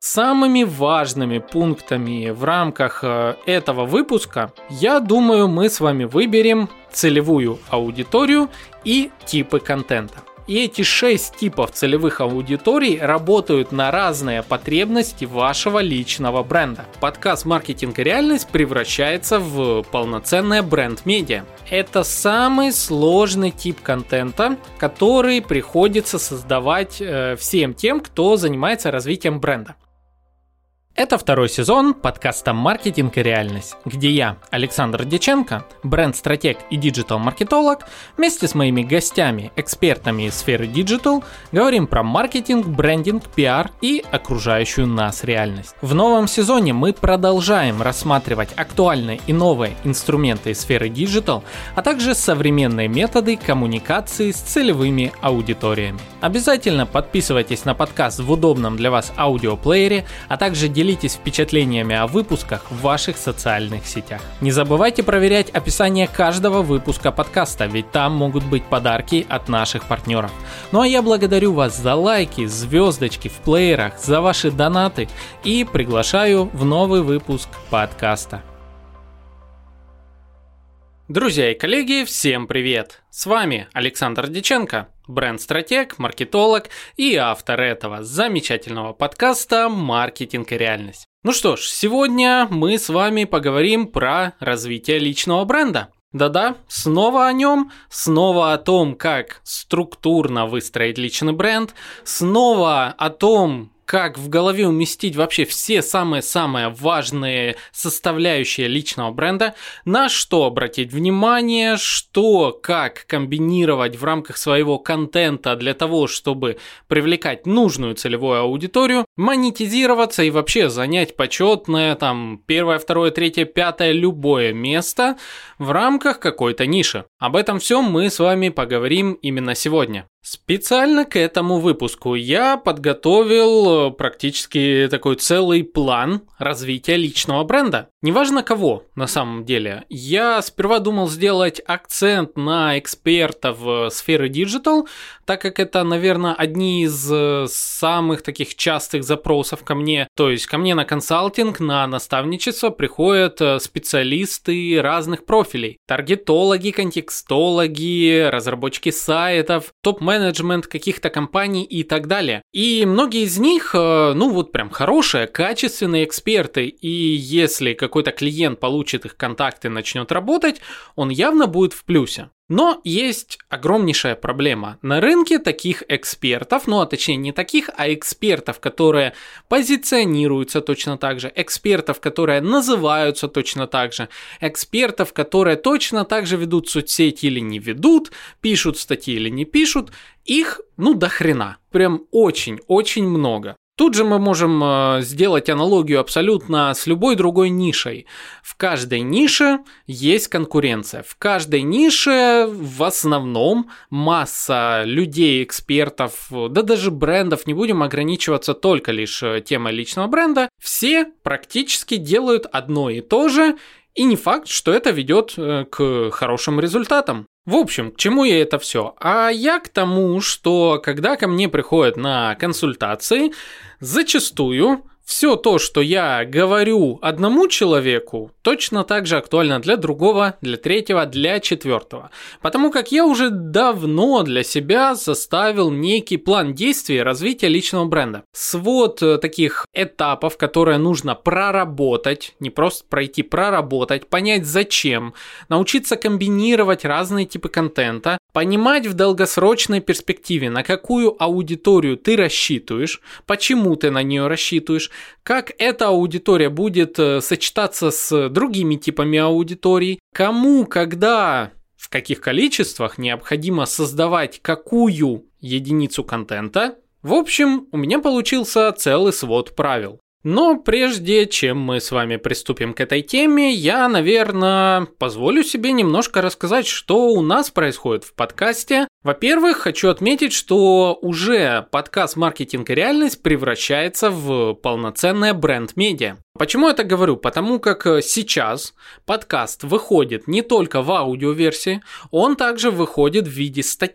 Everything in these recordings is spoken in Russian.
Самыми важными пунктами в рамках этого выпуска, я думаю, мы с вами выберем целевую аудиторию и типы контента. И эти 6 типов целевых аудиторий работают на разные потребности вашего личного бренда. Подкаст «Маркетинг и реальность» превращается в полноценное бренд-медиа. Это самый сложный тип контента, который приходится создавать всем тем, кто занимается развитием бренда. Это второй сезон подкаста «Маркетинг и реальность», где я, Александр Дьяченко, бренд-стратег и диджитал-маркетолог, вместе с моими гостями, экспертами из сферы диджитал, говорим про маркетинг, брендинг, пиар и окружающую нас реальность. В новом сезоне мы продолжаем рассматривать актуальные и новые инструменты из сферы диджитал, а также современные методы коммуникации с целевыми аудиториями. Обязательно подписывайтесь на подкаст в удобном для вас аудиоплеере, а также делитесь впечатлениями о выпусках в ваших социальных сетях. Не забывайте проверять описание каждого выпуска подкаста, ведь там могут быть подарки от наших партнеров. Ну а я благодарю вас за лайки, звездочки в плеерах, за ваши донаты и приглашаю в новый выпуск подкаста. Друзья и коллеги, всем привет! С вами Александр Дьяченко, бренд-стратег, маркетолог и автор этого замечательного подкаста «Маркетинг и реальность». Ну что ж, сегодня мы с вами поговорим про развитие личного бренда. Да-да, снова о нем, снова о том, как структурно выстроить личный бренд, снова о том, как в голове уместить вообще все самые-самые важные составляющие личного бренда, на что обратить внимание, что, как комбинировать в рамках своего контента для того, чтобы привлекать нужную целевую аудиторию, монетизироваться и вообще занять почетное, там, 1, 2, 3, 5, любое место в рамках какой-то ниши. Об этом всем мы с вами поговорим именно сегодня. Специально к этому выпуску я подготовил практически такой целый план развития личного бренда. Неважно кого, на самом деле. Я сперва думал сделать акцент на экспертов сферы диджитал, так как это, наверное, одни из самых таких частых запросов ко мне. То есть ко мне на консалтинг, на наставничество приходят специалисты разных профилей. Таргетологи, контекстологи, разработчики сайтов, топ-менеджмент каких-то компаний и так далее. И многие из них, прям хорошие, качественные эксперты. И если какой-то клиент получит их контакты и начнет работать, он явно будет в плюсе. Но есть огромнейшая проблема. На рынке таких экспертов, точнее не таких, а экспертов, которые позиционируются точно так же, экспертов, которые называются точно так же, экспертов, которые точно так же ведут соцсети или не ведут, пишут статьи или не пишут, их, до хрена. Прям очень-очень много. Тут же мы можем сделать аналогию абсолютно с любой другой нишей. В каждой нише есть конкуренция. В каждой нише в основном масса людей, экспертов, да даже брендов, не будем ограничиваться только лишь темой личного бренда, все практически делают одно и то же, и не факт, что это ведет к хорошим результатам. В общем, к чему я это все? А я к тому, что когда ко мне приходят на консультации, зачастую все то, что я говорю одному человеку, точно так же актуально для другого, для третьего, для четвертого. Потому как я уже давно для себя составил некий план действий развития личного бренда. Свод таких этапов, которые нужно проработать, не просто пройти, проработать, понять зачем, научиться комбинировать разные типы контента, понимать в долгосрочной перспективе, на какую аудиторию ты рассчитываешь, почему ты на нее рассчитываешь, как эта аудитория будет сочетаться с другими типами аудиторий, кому, когда, в каких количествах необходимо создавать какую единицу контента. В общем, у меня получился целый свод правил. Но прежде чем мы с вами приступим к этой теме, я, наверное, позволю себе немножко рассказать, что у нас происходит в подкасте. Во-первых, хочу отметить, что уже подкаст «Маркетинг и реальность» превращается в полноценное бренд-медиа. Почему я так говорю? Потому как сейчас подкаст выходит не только в аудиоверсии, он также выходит в виде статей.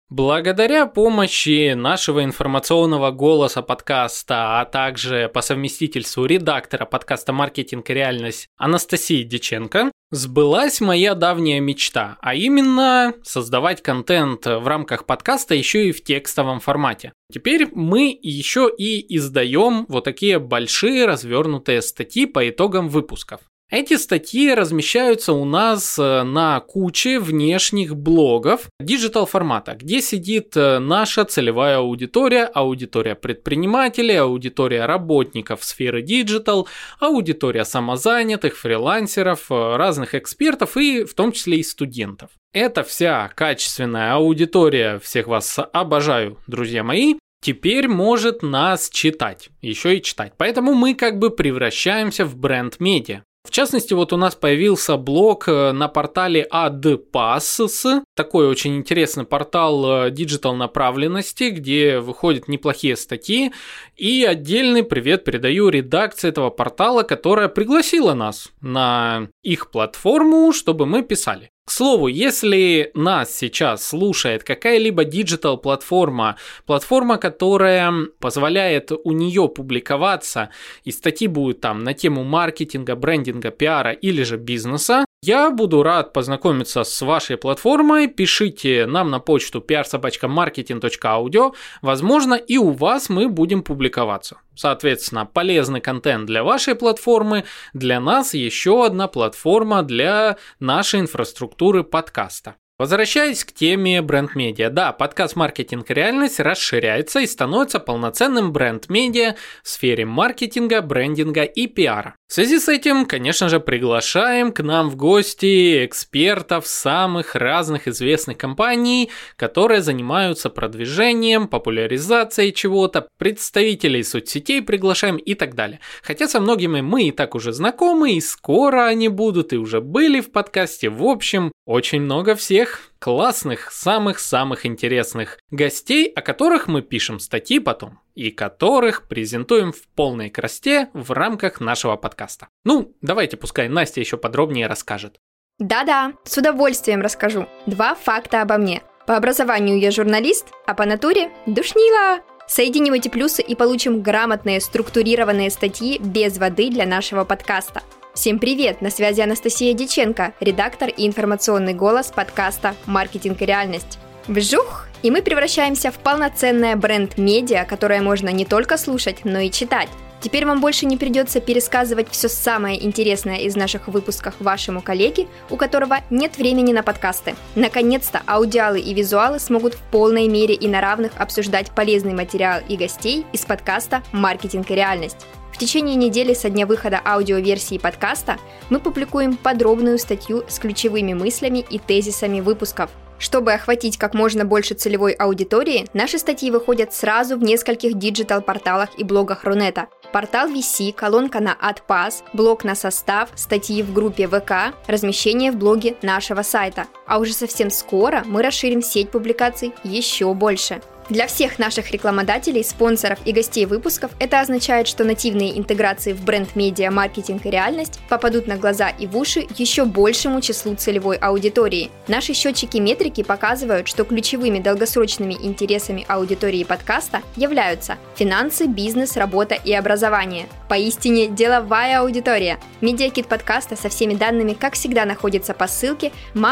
Благодаря помощи нашего информационного голоса подкаста, а также по совместительству редактора подкаста «Маркетинг и реальность» Анастасии Дьяченко, сбылась моя давняя мечта, а именно создавать контент в рамках подкаста еще и в текстовом формате. Теперь мы еще и издаем вот такие большие развернутые статьи по итогам выпусков. Эти статьи размещаются у нас на куче внешних блогов диджитал формата, где сидит наша целевая аудитория, аудитория предпринимателей, аудитория работников сферы диджитал, аудитория самозанятых, фрилансеров, разных экспертов и в том числе и студентов. Эта вся качественная аудитория, всех вас обожаю, друзья мои, теперь может нас читать, еще и читать. Поэтому мы как бы превращаемся в бренд-медиа. В частности, вот у нас появился блог на портале AdPass, такой очень интересный портал диджитал-направленности, где выходят неплохие статьи. И отдельный привет передаю редакции этого портала, которая пригласила нас на их платформу, чтобы мы писали. К слову, если нас сейчас слушает какая-либо диджитал-платформа, которая позволяет у нее публиковаться, и статьи будут там на тему маркетинга, брендинга, пиара или же бизнеса, я буду рад познакомиться с вашей платформой. Пишите нам на почту pr@marketing.audio. Возможно, и у вас мы будем публиковаться. Соответственно, полезный контент для вашей платформы, для нас еще одна платформа для нашей инфраструктуры подкаста. Возвращаясь к теме бренд-медиа. Да, подкаст «Маркетинг и реальность» расширяется и становится полноценным бренд-медиа в сфере маркетинга, брендинга и пиара. В связи с этим, конечно же, приглашаем к нам в гости экспертов самых разных известных компаний, которые занимаются продвижением, популяризацией чего-то, представителей соцсетей приглашаем и так далее. Хотя со многими мы и так уже знакомы, и скоро они будут, и уже были в подкасте. В общем, очень много всех классных, самых-самых интересных гостей, о которых мы пишем статьи потом, и которых презентуем в полной красе в рамках нашего подкаста. Ну, давайте, пускай Настя еще подробнее расскажет. Да-да, с удовольствием расскажу. 2 факта обо мне. По образованию я журналист, а по натуре – душнила. Соедините плюсы и получим грамотные, структурированные статьи без воды для нашего подкаста. Всем привет! На связи Анастасия Дьяченко, редактор и информационный голос подкаста «Маркетинг и реальность». Вжух! И мы превращаемся в полноценное бренд-медиа, которое можно не только слушать, но и читать. Теперь вам больше не придется пересказывать все самое интересное из наших выпусков вашему коллеге, у которого нет времени на подкасты. Наконец-то аудиалы и визуалы смогут в полной мере и на равных обсуждать полезный материал и гостей из подкаста «Маркетинг и реальность». В течение недели со дня выхода аудиоверсии подкаста мы публикуем подробную статью с ключевыми мыслями и тезисами выпусков. Чтобы охватить как можно больше целевой аудитории, наши статьи выходят сразу в нескольких диджитал-порталах и блогах Рунета. Портал VC, колонка на AdPass, блог на состав, статьи в группе ВК, размещение в блоге нашего сайта. А уже совсем скоро мы расширим сеть публикаций еще больше. Для всех наших рекламодателей, спонсоров и гостей выпусков это означает, что нативные интеграции в бренд-медиа, маркетинг и реальность попадут на глаза и в уши еще большему числу целевой аудитории. Наши счетчики-метрики показывают, что ключевыми долгосрочными интересами аудитории подкаста являются финансы, бизнес, работа и образование. Поистине деловая аудитория. Медиакит подкаста со всеми данными, как всегда, находится по ссылке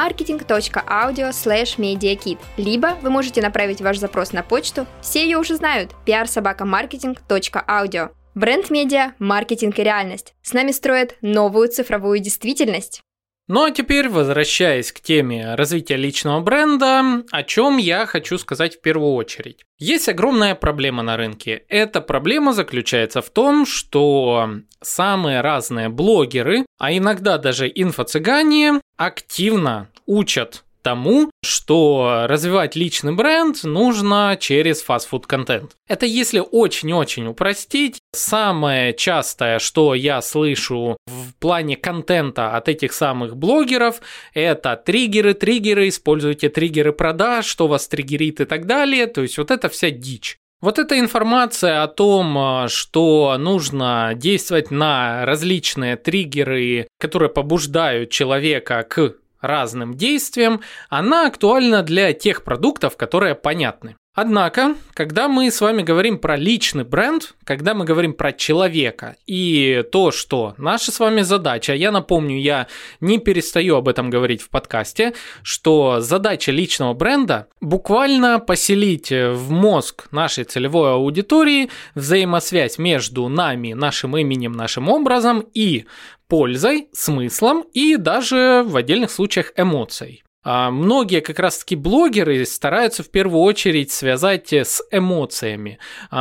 marketing.audio/mediakit. Либо вы можете направить ваш запрос на почту, все ее уже знают, pr@marketing.audio. Бренд-медиа, маркетинг и реальность. С нами строят новую цифровую действительность. Ну а теперь, возвращаясь к теме развития личного бренда, о чем я хочу сказать в первую очередь. Есть огромная проблема на рынке. Эта проблема заключается в том, что самые разные блогеры, а иногда даже инфо-цыгане, активно учат тому, что развивать личный бренд нужно через фастфуд-контент. Это если очень-очень упростить. Самое частое, что я слышу в плане контента от этих самых блогеров, это триггеры, используйте триггеры продаж, что вас триггерит и так далее. То есть вот это вся дичь. Вот эта информация о том, что нужно действовать на различные триггеры, которые побуждают человека к разным действиям, она актуальна для тех продуктов, которые понятны. Однако, когда мы с вами говорим про личный бренд, когда мы говорим про человека и то, что наша с вами задача, я напомню, я не перестаю об этом говорить в подкасте, что задача личного бренда буквально поселить в мозг нашей целевой аудитории взаимосвязь между нами, нашим именем, нашим образом и пользой, смыслом и даже в отдельных случаях эмоцией. Многие как раз-таки блогеры стараются в первую очередь связать с эмоциями.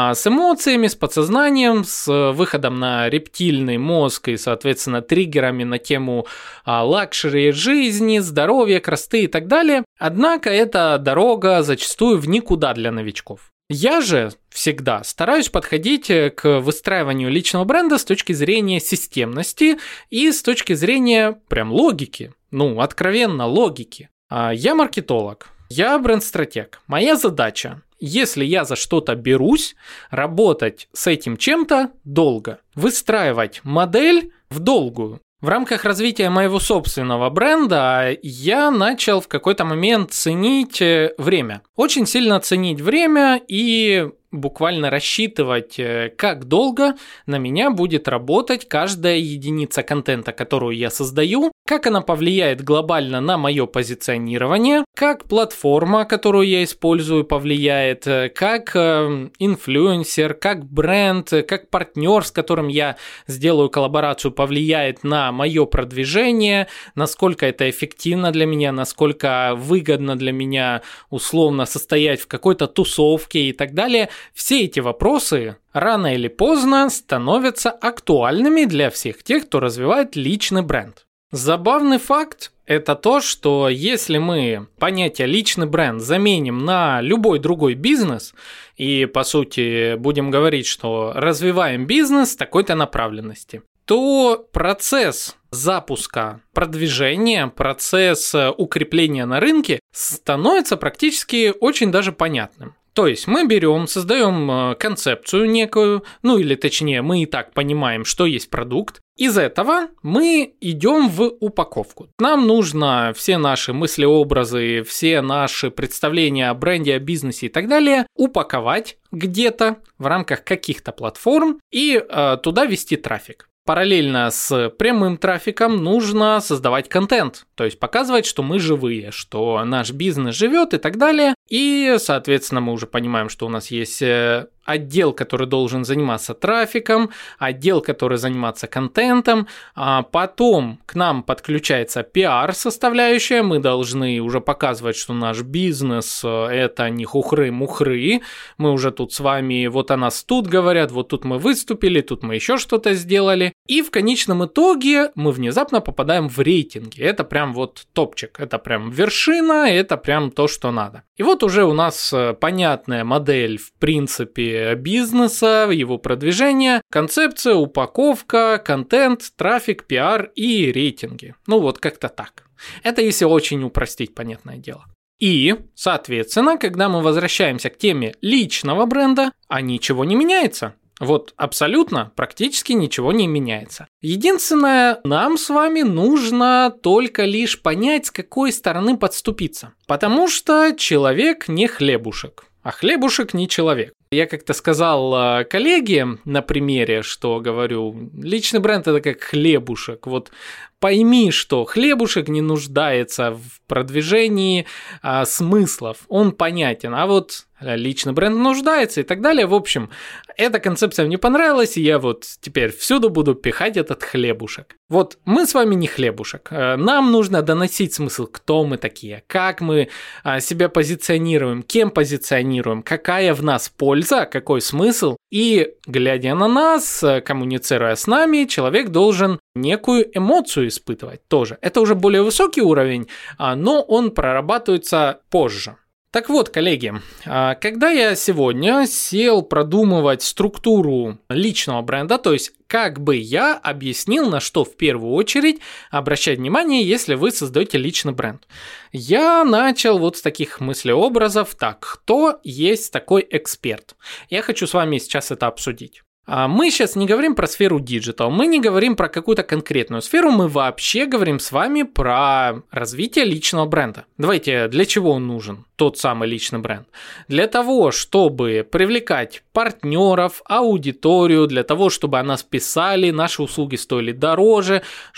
С подсознанием, с выходом на рептильный мозг и, соответственно, триггерами на тему лакшери жизни, здоровья, красоты и так далее. Однако эта дорога зачастую в никуда для новичков. Я же всегда стараюсь подходить к выстраиванию личного бренда с точки зрения системности и с точки зрения прям логики. Откровенно логики. Я маркетолог, я бренд-стратег. Моя задача, если я за что-то берусь, работать с этим чем-то долго, выстраивать модель в долгую. В рамках развития моего собственного бренда я начал в какой-то момент ценить время. Очень сильно ценить время и буквально рассчитывать, как долго на меня будет работать каждая единица контента, которую я создаю, как она повлияет глобально на мое позиционирование, как платформа, которую я использую, повлияет, как инфлюенсер, как бренд, как партнер, с которым я сделаю коллаборацию, повлияет на мое продвижение, насколько это эффективно для меня, насколько выгодно для меня условно состоять в какой-то тусовке и так далее. Все эти вопросы рано или поздно становятся актуальными для всех тех, кто развивает личный бренд. Забавный факт – это то, что если мы понятие личный бренд заменим на любой другой бизнес и, по сути, будем говорить, что развиваем бизнес такой-то направленности, то процесс запуска продвижения, процесс укрепления на рынке становится практически очень даже понятным. То есть мы берем, создаем концепцию некую, или точнее мы и так понимаем, что есть продукт. Из этого мы идем в упаковку. Нам нужно все наши мысли-образы, все наши представления о бренде, о бизнесе и так далее упаковать где-то в рамках каких-то платформ и туда вести трафик. Параллельно с прямым трафиком нужно создавать контент, то есть показывать, что мы живые, что наш бизнес живет и так далее. И, соответственно, мы уже понимаем, что у нас есть отдел, который должен заниматься трафиком, отдел, который занимается контентом, а потом к нам подключается пиар-составляющая, мы должны уже показывать, что наш бизнес – это не хухры-мухры, мы уже тут с вами, вот о нас тут говорят, вот тут мы выступили, тут мы еще что-то сделали, и в конечном итоге мы внезапно попадаем в рейтинги, это прям вот топчик, это прям вершина, это прям то, что надо. И вот уже у нас понятная модель, в принципе, бизнеса, его продвижения, концепция, упаковка, контент, трафик, пиар и рейтинги. Вот как-то так. Это если очень упростить, понятное дело. И, соответственно, когда мы возвращаемся к теме личного бренда, ничего не меняется. Вот абсолютно, практически ничего не меняется. Единственное, нам с вами нужно только лишь понять, с какой стороны подступиться. Потому что человек не хлебушек, а хлебушек не человек. Я как-то сказал коллеге на примере, что говорю, личный бренд это как хлебушек. Вот пойми, что хлебушек не нуждается в продвижении смыслов, он понятен, а вот личный бренд нуждается и так далее. В общем, эта концепция мне понравилась, и я вот теперь всюду буду пихать этот хлебушек. Вот мы с вами не хлебушек, нам нужно доносить смысл, кто мы такие, как мы себя позиционируем, кем позиционируем, какая в нас польза, какой смысл. И, глядя на нас, коммуницируя с нами, человек должен некую эмоцию испытывать тоже. Это уже более высокий уровень, но он прорабатывается позже. Так вот, коллеги, когда я сегодня сел продумывать структуру личного бренда, то есть как бы я объяснил, на что в первую очередь обращать внимание, если вы создаете личный бренд, я начал вот с таких мыслеобразов. Так, кто есть такой эксперт? Я хочу с вами сейчас это обсудить. Мы сейчас не говорим про сферу диджитал, мы не говорим про какую-то конкретную сферу, мы вообще говорим с вами про развитие личного бренда. Давайте, для чего он нужен, тот самый личный бренд? Для того, чтобы привлекать партнеров, аудиторию, для того, чтобы о нас писали, наши услуги стоили дороже,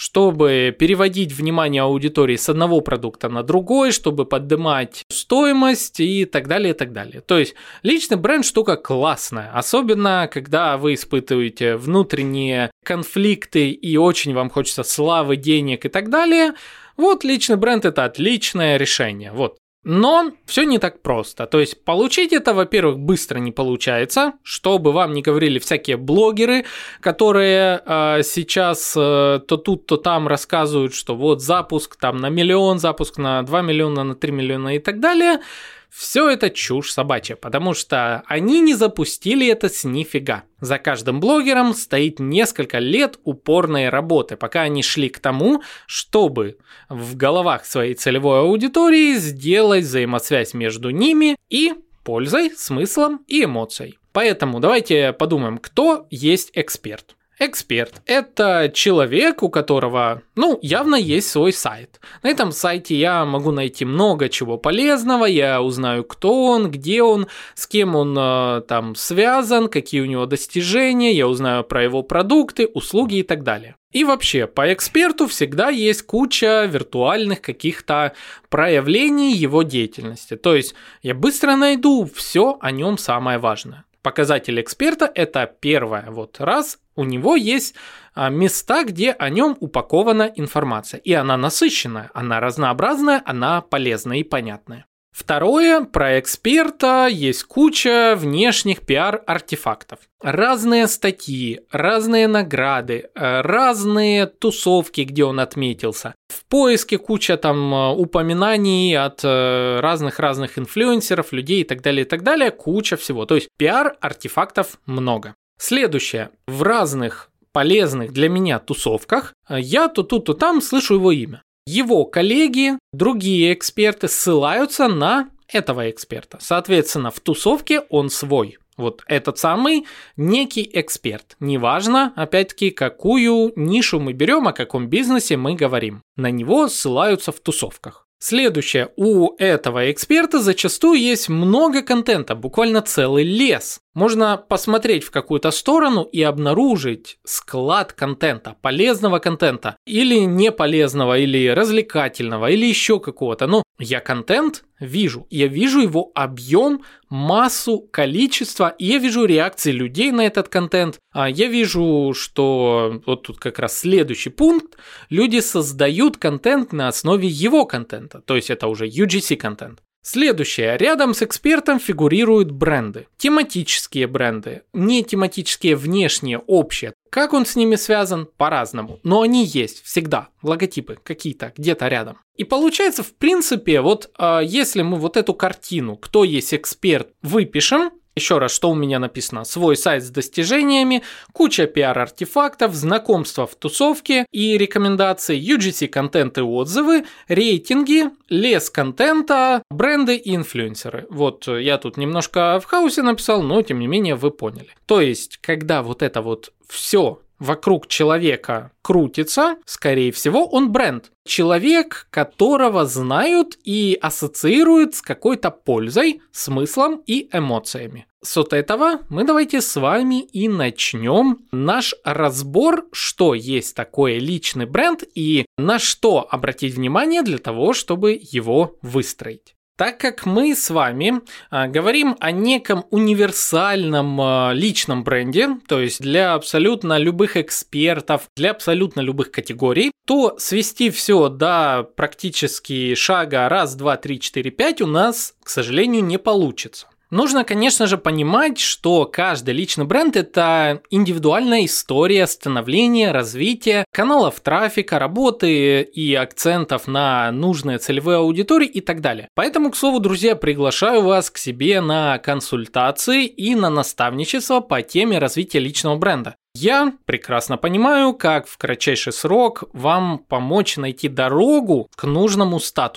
чтобы переводить внимание аудитории с одного продукта на другой, чтобы поднимать стоимость и так далее, и так далее. То есть личный бренд штука классная, особенно когда вы испытываете внутренние конфликты и очень вам хочется славы, денег и так далее. Вот личный бренд – это отличное решение. Вот. Но все не так просто. То есть получить это, во-первых, быстро не получается, что бы вам ни говорили всякие блогеры, которые сейчас то тут, то там рассказывают, что вот запуск там на 1 миллион, запуск на 2 миллиона, на 3 миллиона и так далее. Все это чушь собачья, потому что они не запустили это с нифига. За каждым блогером стоит несколько лет упорной работы, пока они шли к тому, чтобы в головах своей целевой аудитории сделать взаимосвязь между ними и пользой, смыслом и эмоцией. Поэтому давайте подумаем, кто есть эксперт. Эксперт – это человек, у которого, явно есть свой сайт. На этом сайте я могу найти много чего полезного, я узнаю, кто он, где он, с кем он там связан, какие у него достижения, я узнаю про его продукты, услуги и так далее. И вообще, по эксперту всегда есть куча виртуальных каких-то проявлений его деятельности. То есть я быстро найду все о нем самое важное. Показатель эксперта – это первое. Раз у него есть места, где о нем упакована информация. И она насыщенная, она разнообразная, она полезная и понятная. Второе, про эксперта есть куча внешних пиар-артефактов. Разные статьи, разные награды, разные тусовки, где он отметился. В поиске куча там упоминаний от разных инфлюенсеров, людей и так далее, куча всего. То есть пиар-артефактов много. Следующее, в разных полезных для меня тусовках я то тут, то там слышу его имя. Его коллеги, другие эксперты ссылаются на этого эксперта. Соответственно, в тусовке он свой. Вот этот самый некий эксперт. Неважно, опять-таки, какую нишу мы берем, о каком бизнесе мы говорим. На него ссылаются в тусовках. Следующее. У этого эксперта зачастую есть много контента, буквально целый лес. Можно посмотреть в какую-то сторону и обнаружить склад контента, полезного контента, или неполезного, или развлекательного, или еще какого-то. Но я контент вижу, я вижу его объем, массу, количество, и я вижу реакции людей на этот контент. Я вижу, что вот тут как раз следующий пункт. Люди создают контент на основе его контента, то есть это уже UGC-контент. Следующее. Рядом с экспертом фигурируют бренды. Тематические бренды, не тематические внешние, общие. Как он с ними связан? По-разному. Но они есть всегда. Логотипы какие-то где-то рядом. И получается, в принципе, если мы вот эту картину, кто есть эксперт, выпишем, еще раз, что у меня написано? Свой сайт с достижениями, куча пиар-артефактов, знакомства в тусовке и рекомендации, UGC-контент и отзывы, рейтинги, лес контента, бренды и инфлюенсеры. Вот я тут немножко в хаосе написал, но тем не менее вы поняли. То есть, когда вот это вот все вокруг человека крутится, скорее всего, он бренд. Человек, которого знают и ассоциируют с какой-то пользой, смыслом и эмоциями. С вот этого мы давайте с вами и начнем наш разбор, что есть такое личный бренд и на что обратить внимание для того, чтобы его выстроить. Так как мы с вами говорим о неком универсальном личном бренде, то есть для абсолютно любых экспертов, для абсолютно любых категорий, то свести все до практически шага 1, 2, 3, 4, 5 у нас, к сожалению, не получится. Нужно, конечно же, понимать, что каждый личный бренд – это индивидуальная история становления, развития, каналов трафика, работы и акцентов на нужные целевые аудитории и так далее. Поэтому, к слову, друзья, приглашаю вас к себе на консультации и на наставничество по теме развития личного бренда. Я прекрасно понимаю, как в кратчайший срок вам помочь найти дорогу к нужному статусу,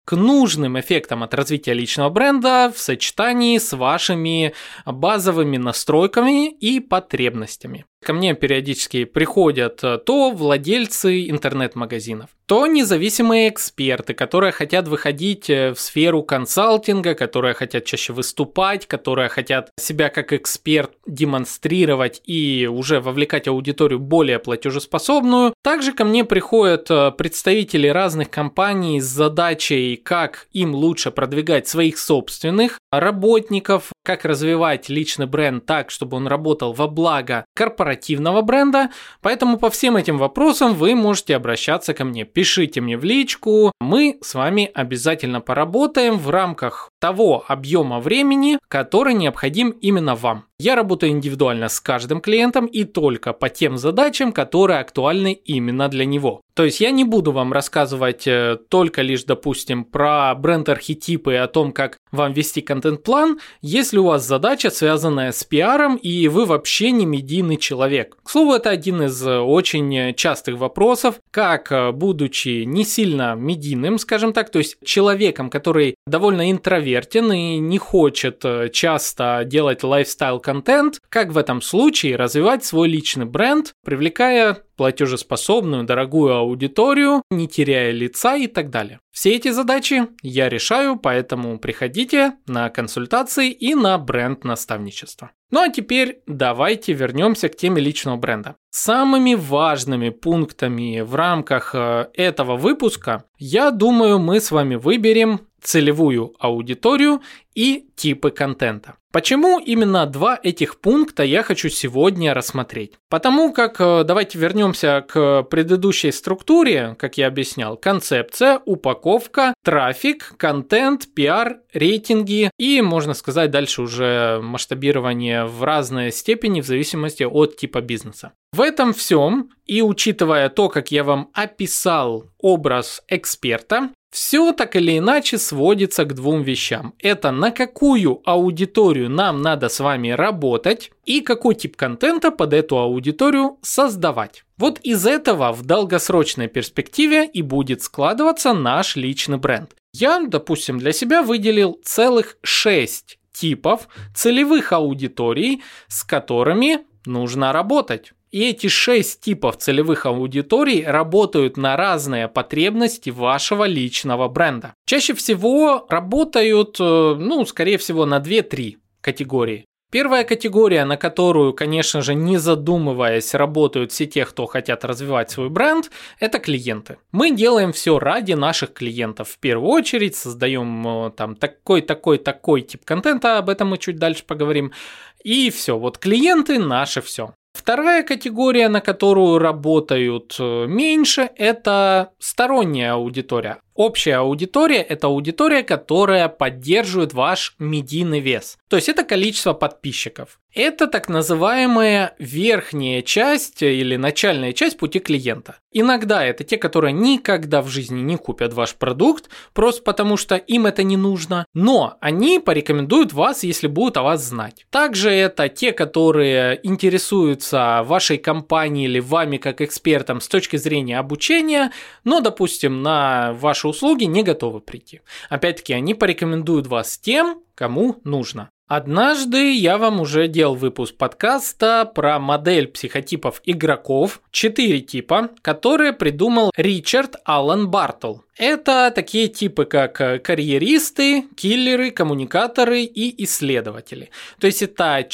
к нужным эффектам от развития личного бренда в сочетании с вашими базовыми настройками и потребностями. Ко мне периодически приходят то владельцы интернет-магазинов, то независимые эксперты, которые хотят выходить в сферу консалтинга, которые хотят чаще выступать, которые хотят себя как эксперт демонстрировать и уже вовлекать аудиторию более платежеспособную. Также ко мне приходят представители разных компаний с задачей, как им лучше продвигать своих собственных работников, как развивать личный бренд так, чтобы он работал во благо корпоративного бренда. Поэтому по всем этим вопросам вы можете обращаться ко мне. Пишите мне в личку, мы с вами обязательно поработаем в рамках того объема времени, который необходим именно вам. Я работаю индивидуально с каждым клиентом и только по тем задачам, которые актуальны именно для него. То есть я не буду вам рассказывать только лишь, допустим, про бренд-архетипы и о том, как вам вести контент-план, если у вас задача, связанная с пиаром, и вы вообще не медийный человек. К слову, это один из очень частых вопросов, как, будучи не сильно медийным, скажем так, то есть человеком, который довольно интровертен и не хочет часто делать лайфстайл-контент, как в этом случае развивать свой личный бренд, привлекая платежеспособную, дорогую аудиторию, не теряя лица и так далее. Все эти задачи я решаю, поэтому приходите на консультации и на бренд-наставничество. Ну а теперь давайте вернемся к теме личного бренда. Самыми важными пунктами в рамках этого выпуска, я думаю, мы с вами выберем целевую аудиторию и типы контента. Почему именно два этих пункта я хочу сегодня рассмотреть? Потому как, давайте вернемся к предыдущей структуре, как я объяснял, концепция, упаковка, трафик, контент, пиар, рейтинги и, можно сказать, дальше уже масштабирование в разной степени в зависимости от типа бизнеса. В этом всем, и учитывая то, как я вам описал образ эксперта, все так или иначе сводится к двум вещам. Это на какую аудиторию нам надо с вами работать и какой тип контента под эту аудиторию создавать. Вот из этого в долгосрочной перспективе и будет складываться наш личный бренд. Я, допустим, для себя выделил целых 6 типов целевых аудиторий, с которыми нужно работать. И эти 6 типов целевых аудиторий работают на разные потребности вашего личного бренда. Чаще всего работают, скорее всего, на 2-3 категории. Первая категория, на которую, конечно же, не задумываясь, работают все те, кто хотят развивать свой бренд, это клиенты. Мы делаем все ради наших клиентов. В первую очередь создаем там такой тип контента, об этом мы чуть дальше поговорим. И все, вот клиенты наше все. Вторая категория, на которую работают меньше, это сторонняя аудитория. Общая аудитория – это аудитория, которая поддерживает ваш медийный вес. То есть это количество подписчиков. Это так называемая верхняя часть или начальная часть пути клиента. Иногда это те, которые никогда в жизни не купят ваш продукт, просто потому что им это не нужно, но они порекомендуют вас, если будут о вас знать. Также это те, которые интересуются вашей компанией или вами как экспертом с точки зрения обучения, но, допустим, на вашу услуги не готовы прийти. Опять-таки, они порекомендуют вас тем, кому нужно. Однажды я вам уже делал выпуск подкаста про модель психотипов игроков, 4 типа, которые придумал Ричард Аллен Бартл. Это такие типы, как карьеристы, киллеры, коммуникаторы и исследователи. То есть это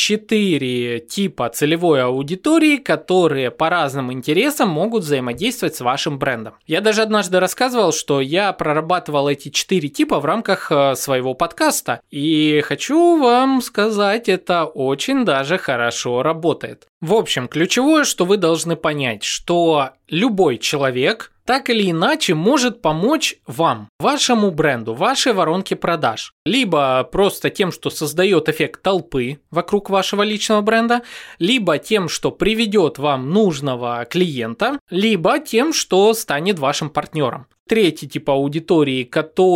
4 типа целевой аудитории, которые по разным интересам могут взаимодействовать с вашим брендом. Я даже однажды рассказывал, что я прорабатывал эти 4 типа в рамках своего подкаста. И хочу вам сказать, это очень даже хорошо работает. В общем, ключевое, что вы должны понять, что любой человек так или иначе может помочь вам, вашему бренду, вашей воронке продаж. Либо просто тем, что создает эффект толпы вокруг вашего личного бренда, либо тем, что приведет вам нужного клиента, либо тем, что станет вашим партнером. Третий тип аудитории,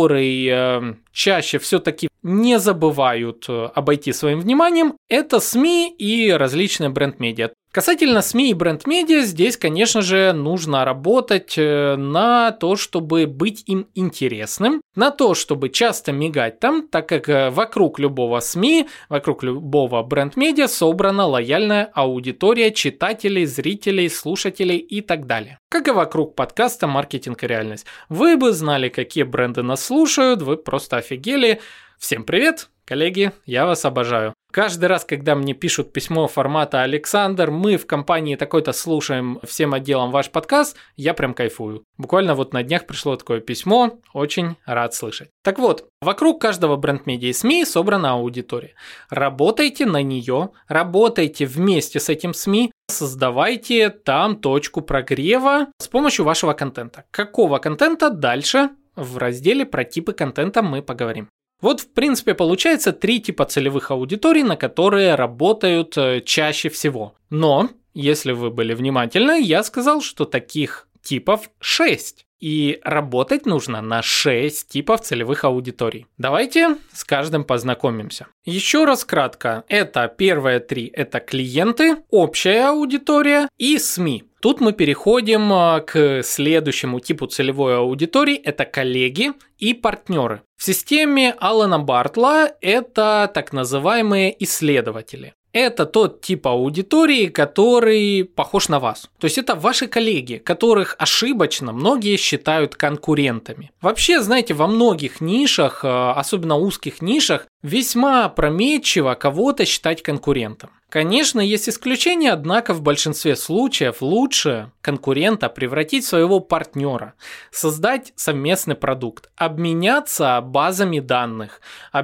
который чаще все-таки не забывают обойти своим вниманием, это СМИ и различные бренд-медиа. Касательно СМИ и бренд-медиа, здесь, конечно же, нужно работать на то, чтобы быть им интересным, на то, чтобы часто мигать там, так как вокруг любого СМИ, вокруг любого бренд-медиа собрана лояльная аудитория читателей, зрителей, слушателей и так далее. Как и вокруг подкаста «Маркетинг и реальность». Вы бы знали, какие бренды нас слушают, вы просто офигели. Всем привет, коллеги, я вас обожаю. Каждый раз, когда мне пишут письмо формата «Александр, мы в компании такой-то слушаем всем отделом ваш подкаст», я прям кайфую. Буквально вот на днях пришло такое письмо, очень рад слышать. Так вот, вокруг каждого бренд-медиа и СМИ собрана аудитория. Работайте на нее, работайте вместе с этим СМИ, создавайте там точку прогрева с помощью вашего контента. Какого контента дальше в разделе про типы контента мы поговорим. Вот, в принципе, получается 3 типа целевых аудиторий, на которые работают чаще всего. Но, если вы были внимательны, я сказал, что таких типов 6. И работать нужно на 6 типов целевых аудиторий. Давайте с каждым познакомимся. Еще раз кратко. Это первые 3 – это клиенты, общая аудитория и СМИ. Тут мы переходим к следующему типу целевой аудитории – это коллеги и партнеры. В системе Алана Бартла это так называемые исследователи. Это тот тип аудитории, который похож на вас. То есть это ваши коллеги, которых ошибочно многие считают конкурентами. Вообще, знаете, во многих нишах, особенно узких нишах, весьма опрометчиво кого-то считать конкурентом. Конечно, есть исключения, однако в большинстве случаев лучше конкурента превратить в своего партнера, создать совместный продукт, обменяться базами данных,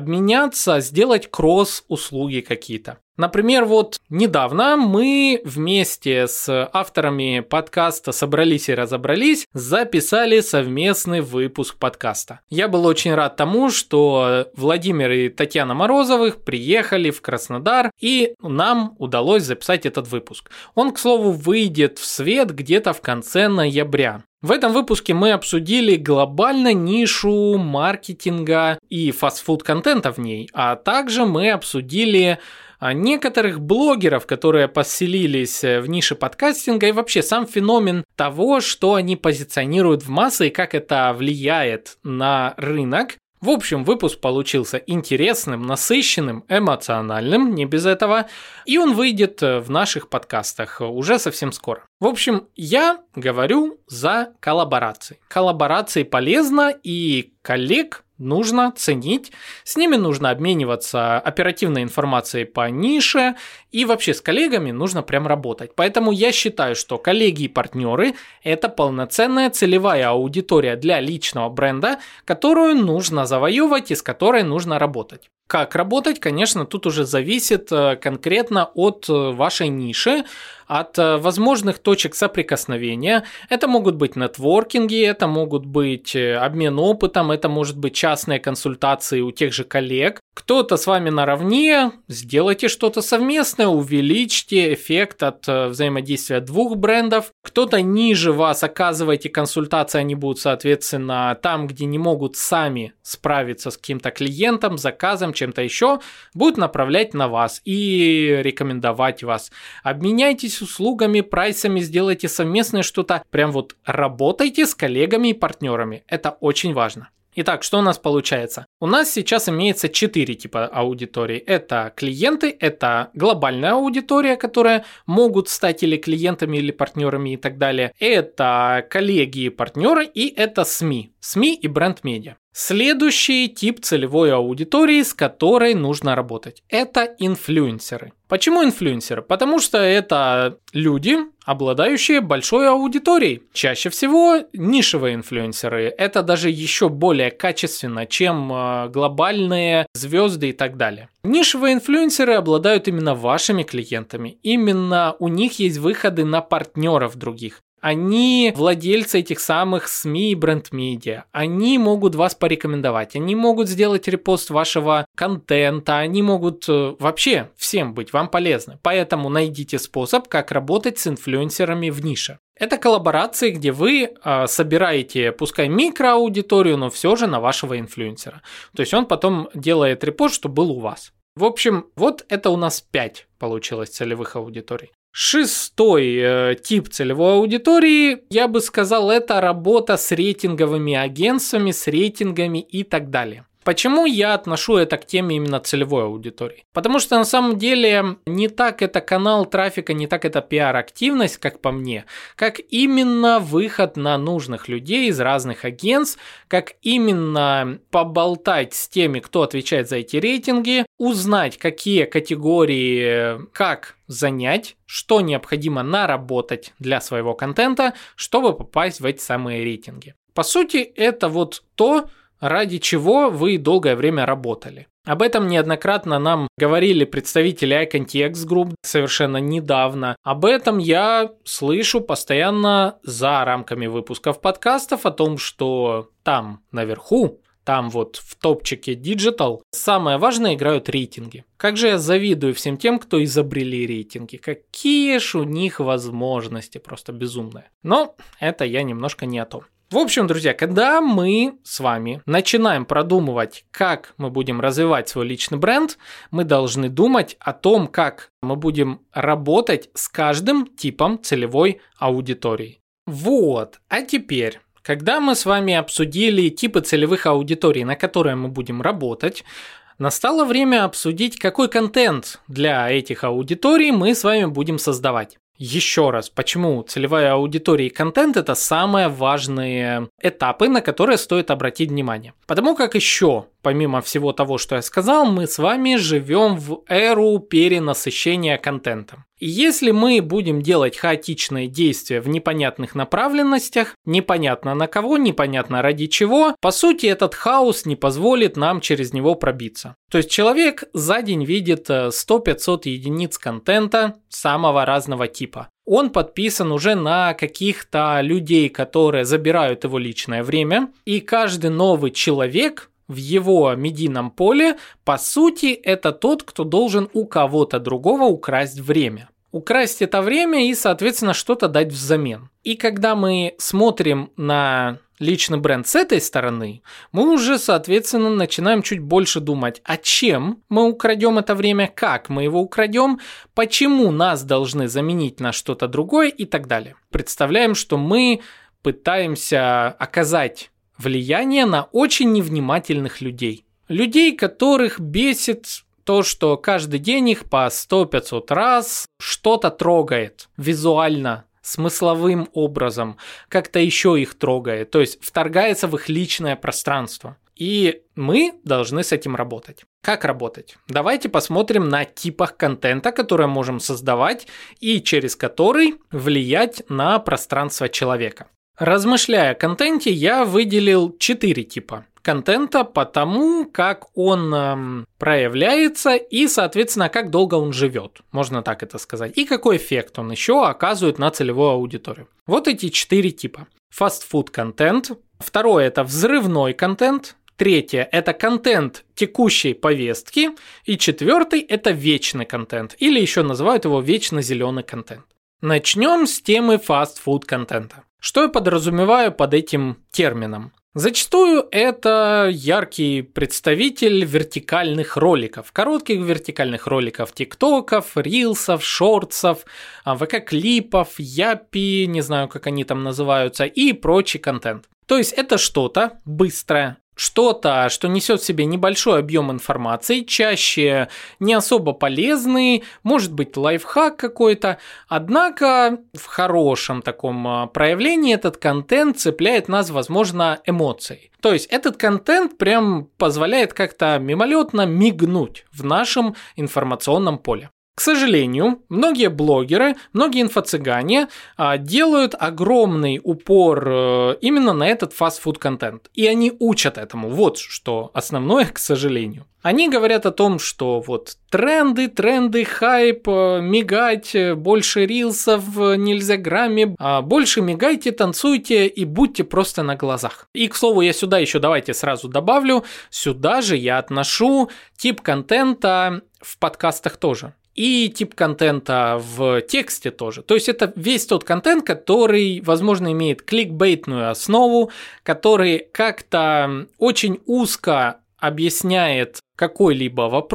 сделать кросс-услуги какие-то. Например, вот недавно мы вместе с авторами подкаста «Собрались и разобрались» записали совместный выпуск подкаста. Я был очень рад тому, что Владимир и Татьяна Морозовых приехали в Краснодар, и нам удалось записать этот выпуск. Он, к слову, выйдет в свет где-то в конце ноября. В этом выпуске мы обсудили глобально нишу маркетинга и фастфуд-контента в ней, а также мы обсудили некоторых блогеров, которые поселились в нише подкастинга, и вообще сам феномен того, что они позиционируют в массы и как это влияет на рынок. В общем, выпуск получился интересным, насыщенным, эмоциональным, не без этого, и он выйдет в наших подкастах уже совсем скоро. В общем, я говорю за коллаборации. Коллаборации полезно, и коллег нужно ценить, с ними нужно обмениваться оперативной информацией по нише, и вообще с коллегами нужно прям работать. Поэтому я считаю, что коллеги и партнеры – это полноценная целевая аудитория для личного бренда, которую нужно завоевывать и с которой нужно работать. Как работать, конечно, тут уже зависит конкретно от вашей ниши, от возможных точек соприкосновения. Это могут быть нетворкинги, это могут быть обмен опытом, это может быть частные консультации у тех же коллег. Кто-то с вами наравне, сделайте что-то совместное, увеличьте эффект от взаимодействия 2 брендов. Кто-то ниже вас, оказывайте консультации, они будут, соответственно, там, где не могут сами справиться с каким-то клиентом, заказом, чем-то еще, будут направлять на вас и рекомендовать вас. Обменяйтесь услугами, прайсами, сделайте совместное что-то. Прям вот работайте с коллегами и партнерами. Это очень важно. Итак, что у нас получается? У нас сейчас имеется 4 типа аудитории. Это клиенты, это глобальная аудитория, которые могут стать или клиентами, или партнерами и так далее. Это коллеги и партнеры, и это СМИ. СМИ и бренд-медиа. Следующий тип целевой аудитории, с которой нужно работать, это инфлюенсеры. Почему инфлюенсеры? Потому что это люди, обладающие большой аудиторией. Чаще всего нишевые инфлюенсеры. Это даже еще более качественно, чем глобальные звезды и так далее. Нишевые инфлюенсеры обладают именно вашими клиентами. Именно у них есть выходы на партнеров других. Они владельцы этих самых СМИ и бренд-медиа. Они могут вас порекомендовать. Они могут сделать репост вашего контента. Они могут вообще всем быть вам полезны. Поэтому найдите способ, как работать с инфлюенсерами в нише. Это коллаборации, где вы собираете, пускай микроаудиторию, но все же на вашего инфлюенсера. То есть он потом делает репост, что был у вас. В общем, вот это у нас 5 получилось целевых аудиторий. Шестой тип целевой аудитории, я бы сказал, это работа с рейтинговыми агентствами, с рейтингами и так далее. Почему я отношу это к теме именно целевой аудитории? Потому что на самом деле не так это канал трафика, не так это пиар-активность, как по мне, как именно выход на нужных людей из разных агентств, как именно поболтать с теми, кто отвечает за эти рейтинги, узнать, какие категории, как занять, что необходимо наработать для своего контента, чтобы попасть в эти самые рейтинги. По сути, это вот то, ради чего вы долгое время работали. Об этом неоднократно нам говорили представители iContext Group совершенно недавно. Об этом я слышу постоянно за рамками выпусков подкастов, о том, что там наверху, там вот в топчике Digital, самое важное играют рейтинги. Как же я завидую всем тем, кто изобрели рейтинги. Какие ж у них возможности, просто безумные. Но это я немножко не о том. В общем, друзья, когда мы с вами начинаем продумывать, как мы будем развивать свой личный бренд, мы должны думать о том, как мы будем работать с каждым типом целевой аудитории. Вот, а теперь, когда мы с вами обсудили типы целевых аудиторий, на которые мы будем работать, настало время обсудить, какой контент для этих аудиторий мы с вами будем создавать. Еще раз, почему целевая аудитория и контент – это самые важные этапы, на которые стоит обратить внимание. Потому как еще, помимо всего того, что я сказал, мы с вами живем в эру перенасыщения контентом. И если мы будем делать хаотичные действия в непонятных направленностях, непонятно на кого, непонятно ради чего, по сути, этот хаос не позволит нам через него пробиться. То есть человек за день видит 100-500 единиц контента самого разного типа. Он подписан уже на каких-то людей, которые забирают его личное время, и каждый новый человек в его медийном поле, по сути, это тот, кто должен у кого-то другого украсть время. Украсть это время и, соответственно, что-то дать взамен. И когда мы смотрим на личный бренд с этой стороны, мы уже, соответственно, начинаем чуть больше думать, а чем мы украдем это время, как мы его украдем, почему нас должны заменить на что-то другое и так далее. Представляем, что мы пытаемся оказать влияние на очень невнимательных людей. Людей, которых бесит то, что каждый день их по 100-500 раз что-то трогает визуально, смысловым образом, как-то еще их трогает, то есть вторгается в их личное пространство. И мы должны с этим работать. Как работать? Давайте посмотрим на типах контента, которые можем создавать и через который влиять на пространство человека. Размышляя о контенте, я выделил 4 типа контента по тому, как он проявляется и, соответственно, как долго он живет, можно так это сказать, и какой эффект он еще оказывает на целевую аудиторию. Вот эти 4 типа. Фастфуд контент. Второе – это взрывной контент. Третье – это контент текущей повестки. И четвертый – это вечный контент, или еще называют его вечно зеленый контент. Начнем с темы фастфуд контента. Что я подразумеваю под этим термином? Зачастую это яркий представитель вертикальных роликов, коротких вертикальных роликов, тиктоков, рилсов, шортсов, ВК-клипов, япи, не знаю, как они там называются, и прочий контент. То есть это что-то быстрое, что-то, что несет в себе небольшой объем информации, чаще не особо полезный, может быть лайфхак какой-то, однако в хорошем таком проявлении этот контент цепляет нас, возможно, эмоцией. То есть этот контент прям позволяет как-то мимолетно мигнуть в нашем информационном поле. К сожалению, многие блогеры, многие инфо-цыгане делают огромный упор именно на этот фастфуд-контент. И они учат этому. Вот что основное, к сожалению. Они говорят о том, что вот тренды, хайп, мигать, больше рилсов, нельзя грамме, больше мигайте, танцуйте и будьте просто на глазах. И, к слову, я сюда еще давайте сразу добавлю, сюда же я отношу тип контента в подкастах тоже. И тип контента в тексте тоже. То есть это весь тот контент, который, возможно, имеет кликбейтную основу, который как-то очень узко объясняет какой-либо вопрос,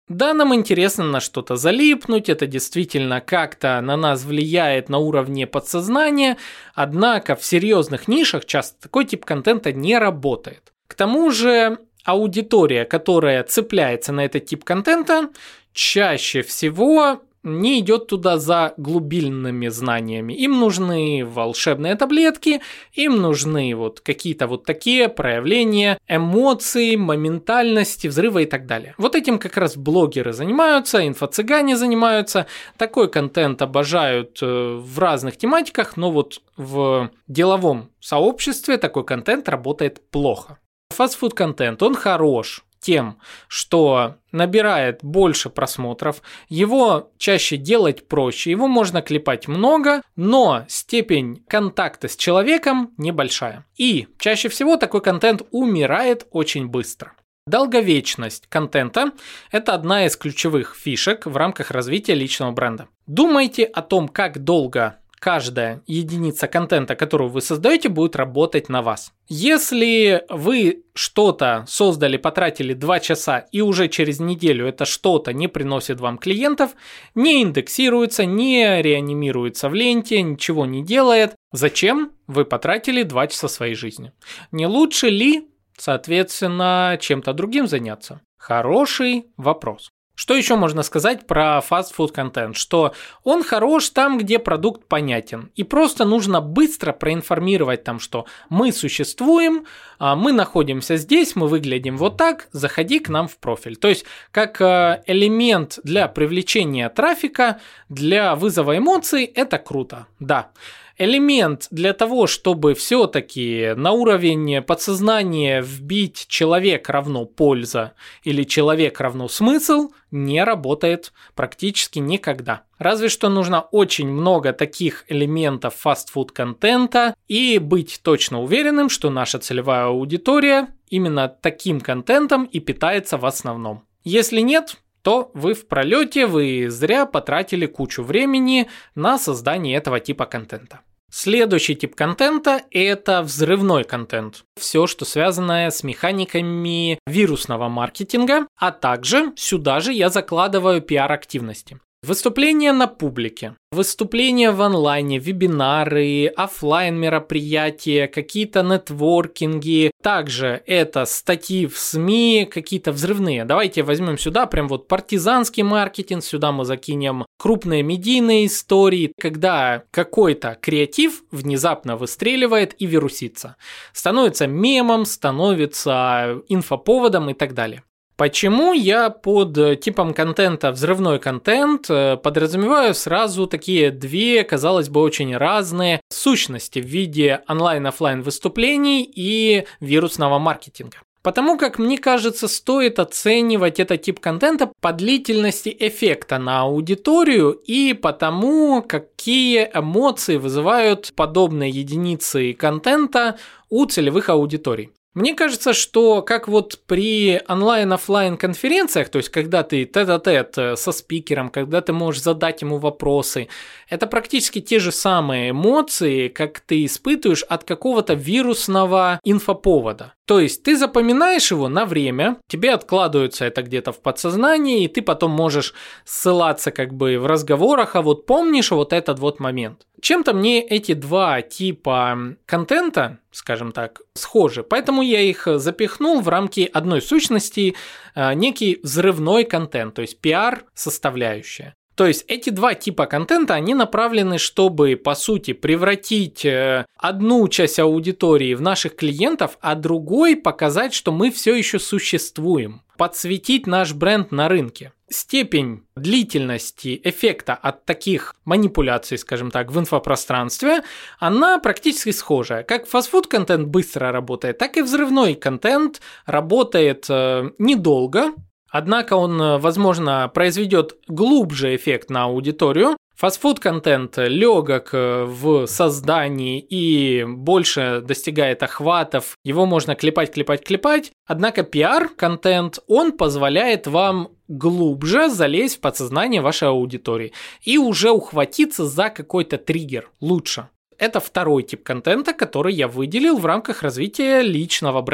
Да, нам интересно на что-то залипнуть, это действительно как-то на нас влияет на уровне подсознания, однако в серьезных нишах часто такой тип контента не работает. К тому же аудитория, которая цепляется на этот тип контента, чаще всего не идет туда за глубинными знаниями. Им нужны волшебные таблетки, им нужны вот какие-то вот такие проявления эмоций, моментальности, взрыва и так далее. Вот этим как раз блогеры занимаются, инфо-цыгане занимаются. Такой контент обожают в разных тематиках, но вот в деловом сообществе такой контент работает плохо. Фастфуд-контент, он хорош тем, что набирает больше просмотров, его чаще делать проще, его можно клепать много, но степень контакта с человеком небольшая. И чаще всего такой контент умирает очень быстро. Долговечность контента – это одна из ключевых фишек в рамках развития личного бренда. Думайте о том, как долго каждая единица контента, которую вы создаете, будет работать на вас. Если вы что-то создали, потратили 2 часа и уже через неделю это что-то не приносит вам клиентов, не индексируется, не реанимируется в ленте, ничего не делает, зачем вы потратили 2 часа своей жизни? Не лучше ли, соответственно, чем-то другим заняться? Хороший вопрос. Что еще можно сказать про фастфуд-контент? Что он хорош там, где продукт понятен. И просто нужно быстро проинформировать там, что мы существуем, мы находимся здесь, мы выглядим вот так, заходи к нам в профиль. То есть, как элемент для привлечения трафика, для вызова эмоций, это круто, да. Элемент для того, чтобы все-таки на уровень подсознания вбить человек равно польза или человек равно смысл, не работает практически никогда. Разве что нужно очень много таких элементов фастфуд-контента и быть точно уверенным, что наша целевая аудитория именно таким контентом и питается в основном. Если нет, то вы в пролете, вы зря потратили кучу времени на создание этого типа контента. Следующий тип контента – это взрывной контент. Все, что связано с механиками вирусного маркетинга, а также сюда же я закладываю пиар-активности. Выступления на публике, выступления в онлайне, вебинары, офлайн мероприятия, какие-то нетворкинги. Также это статьи в СМИ, какие-то взрывные. Давайте возьмем сюда прям вот партизанский маркетинг, сюда мы закинем крупные медийные истории, когда какой-то креатив внезапно выстреливает и вирусится. Становится мемом, становится инфоповодом и так далее. Почему я под типом контента взрывной контент подразумеваю сразу такие 2, казалось бы, очень разные сущности в виде онлайн-офлайн выступлений и вирусного маркетинга? Потому как, мне кажется, стоит оценивать этот тип контента по длительности эффекта на аудиторию и по тому, какие эмоции вызывают подобные единицы контента у целевых аудиторий. Мне кажется, что как вот при онлайн-офлайн конференциях, то есть когда ты тет-а-тет со спикером, когда ты можешь задать ему вопросы, это практически те же самые эмоции, как ты испытываешь от какого-то вирусного инфоповода. То есть ты запоминаешь его на время, тебе откладывается это где-то в подсознании, и ты потом можешь ссылаться как бы в разговорах, а вот помнишь вот этот вот момент. Чем-то мне эти 2 типа контента, скажем так, схожи, поэтому я их запихнул в рамки одной сущности, некий взрывной контент, то есть пиар-составляющая. То есть эти 2 типа контента, они направлены, чтобы, по сути, превратить одну часть аудитории в наших клиентов, а другой показать, что мы все еще существуем, подсветить наш бренд на рынке. Степень длительности эффекта от таких манипуляций, скажем так, в инфопространстве, она практически схожая. Как фастфуд-контент быстро работает, так и взрывной контент работает недолго. Однако он, возможно, произведет глубже эффект на аудиторию. Фастфуд-контент легок в создании и больше достигает охватов. Его можно клепать. Однако пиар-контент, он позволяет вам глубже залезть в подсознание вашей аудитории и уже ухватиться за какой-то триггер лучше. Это 2 тип контента, который я выделил в рамках развития личного бренда.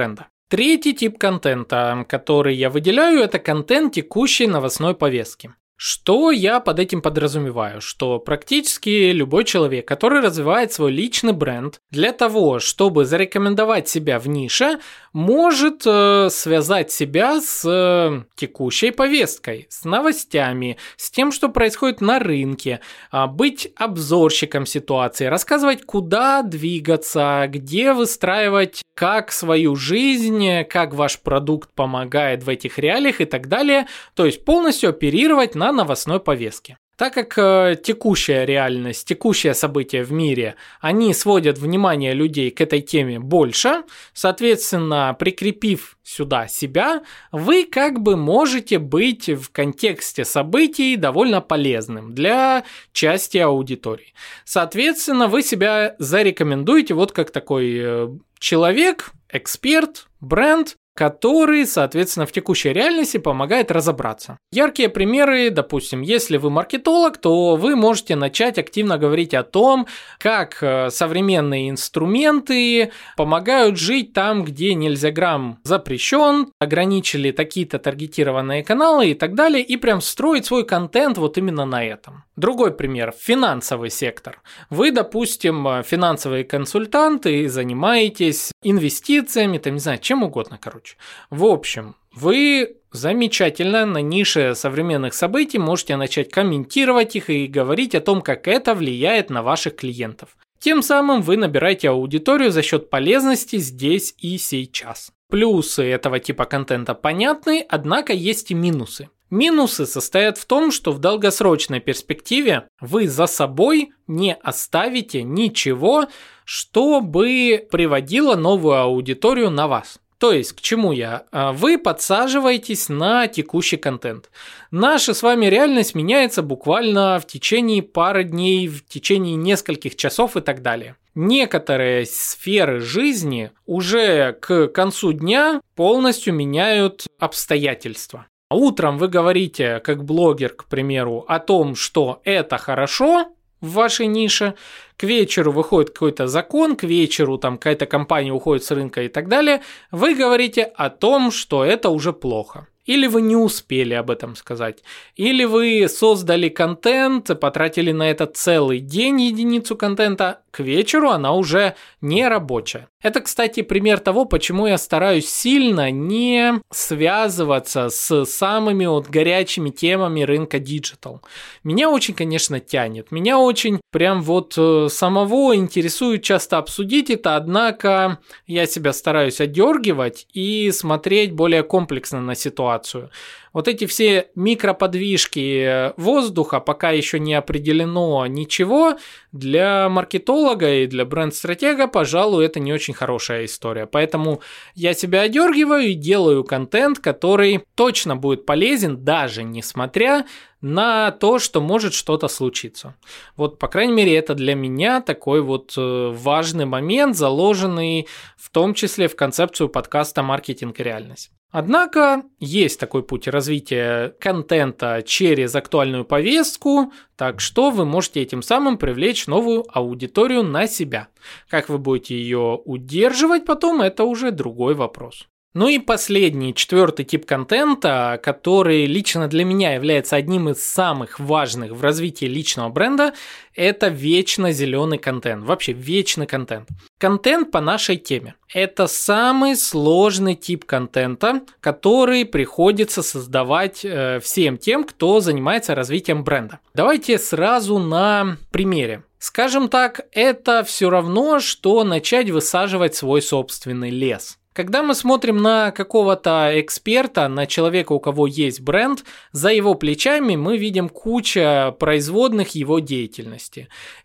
Третий тип контента, который я выделяю, это контент текущей новостной повестки. Что я под этим подразумеваю? Что практически любой человек, который развивает свой личный бренд, для того, чтобы зарекомендовать себя в нише, может связать себя с текущей повесткой, с новостями, с тем, что происходит на рынке, быть обзорщиком ситуации, рассказывать, куда двигаться, где выстраивать, как свою жизнь, как ваш продукт помогает в этих реалиях и так далее. То есть полностью оперировать на новостной повестке. Так как текущая реальность, текущие события в мире, они сводят внимание людей к этой теме больше, соответственно, прикрепив сюда себя, вы как бы можете быть в контексте событий довольно полезным для части аудитории. Соответственно, вы себя зарекомендуете вот как такой человек, эксперт, бренд, который, соответственно, в текущей реальности помогает разобраться. Яркие примеры, допустим, если вы маркетолог, то вы можете начать активно говорить о том, как современные инструменты помогают жить там, где нельзяграмм запрещен, ограничили такие-то таргетированные каналы и так далее, и прям строить свой контент вот именно на этом. Другой пример – финансовый сектор. Вы, допустим, финансовые консультанты, занимаетесь инвестициями, там, не знаю, чем угодно, короче. В общем, вы замечательно на нише современных событий можете начать комментировать их и говорить о том, как это влияет на ваших клиентов. Тем самым вы набираете аудиторию за счет полезности здесь и сейчас. Плюсы этого типа контента понятны, однако есть и минусы. Минусы состоят в том, что в долгосрочной перспективе вы за собой не оставите ничего, что бы приводило новую аудиторию на вас. То есть, к чему я? Вы подсаживаетесь на текущий контент. Наша с вами реальность меняется буквально в течение пары дней, в течение нескольких часов и так далее. Некоторые сферы жизни уже к концу дня полностью меняют обстоятельства. Утром вы говорите, как блогер, к примеру, о том, что это хорошо в вашей нише, к вечеру выходит какой-то закон, к вечеру там какая-то компания уходит с рынка и так далее, вы говорите о том, что это уже плохо. Или вы не успели об этом сказать. Или вы создали контент, потратили на это целый день единицу контента, к вечеру она уже не рабочая. Это, кстати, пример того, почему я стараюсь сильно не связываться с самыми вот горячими темами рынка диджитал. Меня очень, конечно, тянет. Меня очень прям вот самого интересует часто обсудить это, однако я себя стараюсь отдергивать и смотреть более комплексно на ситуацию. Вот эти все микроподвижки воздуха, пока еще не определено ничего, для маркетолога и для бренд-стратега, пожалуй, это не очень хорошая история. Поэтому я себя одергиваю и делаю контент, который точно будет полезен, даже несмотря на то, что может что-то случиться. Вот, по крайней мере, это для меня такой вот важный момент, заложенный в том числе в концепцию подкаста «Маркетинг и реальность». Однако есть такой путь развития контента через актуальную повестку, так что вы можете этим самым привлечь новую аудиторию на себя. Как вы будете ее удерживать потом, это уже другой вопрос. Ну и последний, четвертый тип контента, который лично для меня является одним из самых важных в развитии личного бренда, это вечно зеленый контент, вообще вечный контент. Контент по нашей теме. Это самый сложный тип контента, который приходится создавать всем тем, кто занимается развитием бренда. Давайте сразу на примере. Скажем так, это все равно, что начать высаживать свой собственный лес. Когда мы смотрим на какого-то эксперта, на человека, у кого есть бренд, за его плечами мы видим кучу производных его деятельности.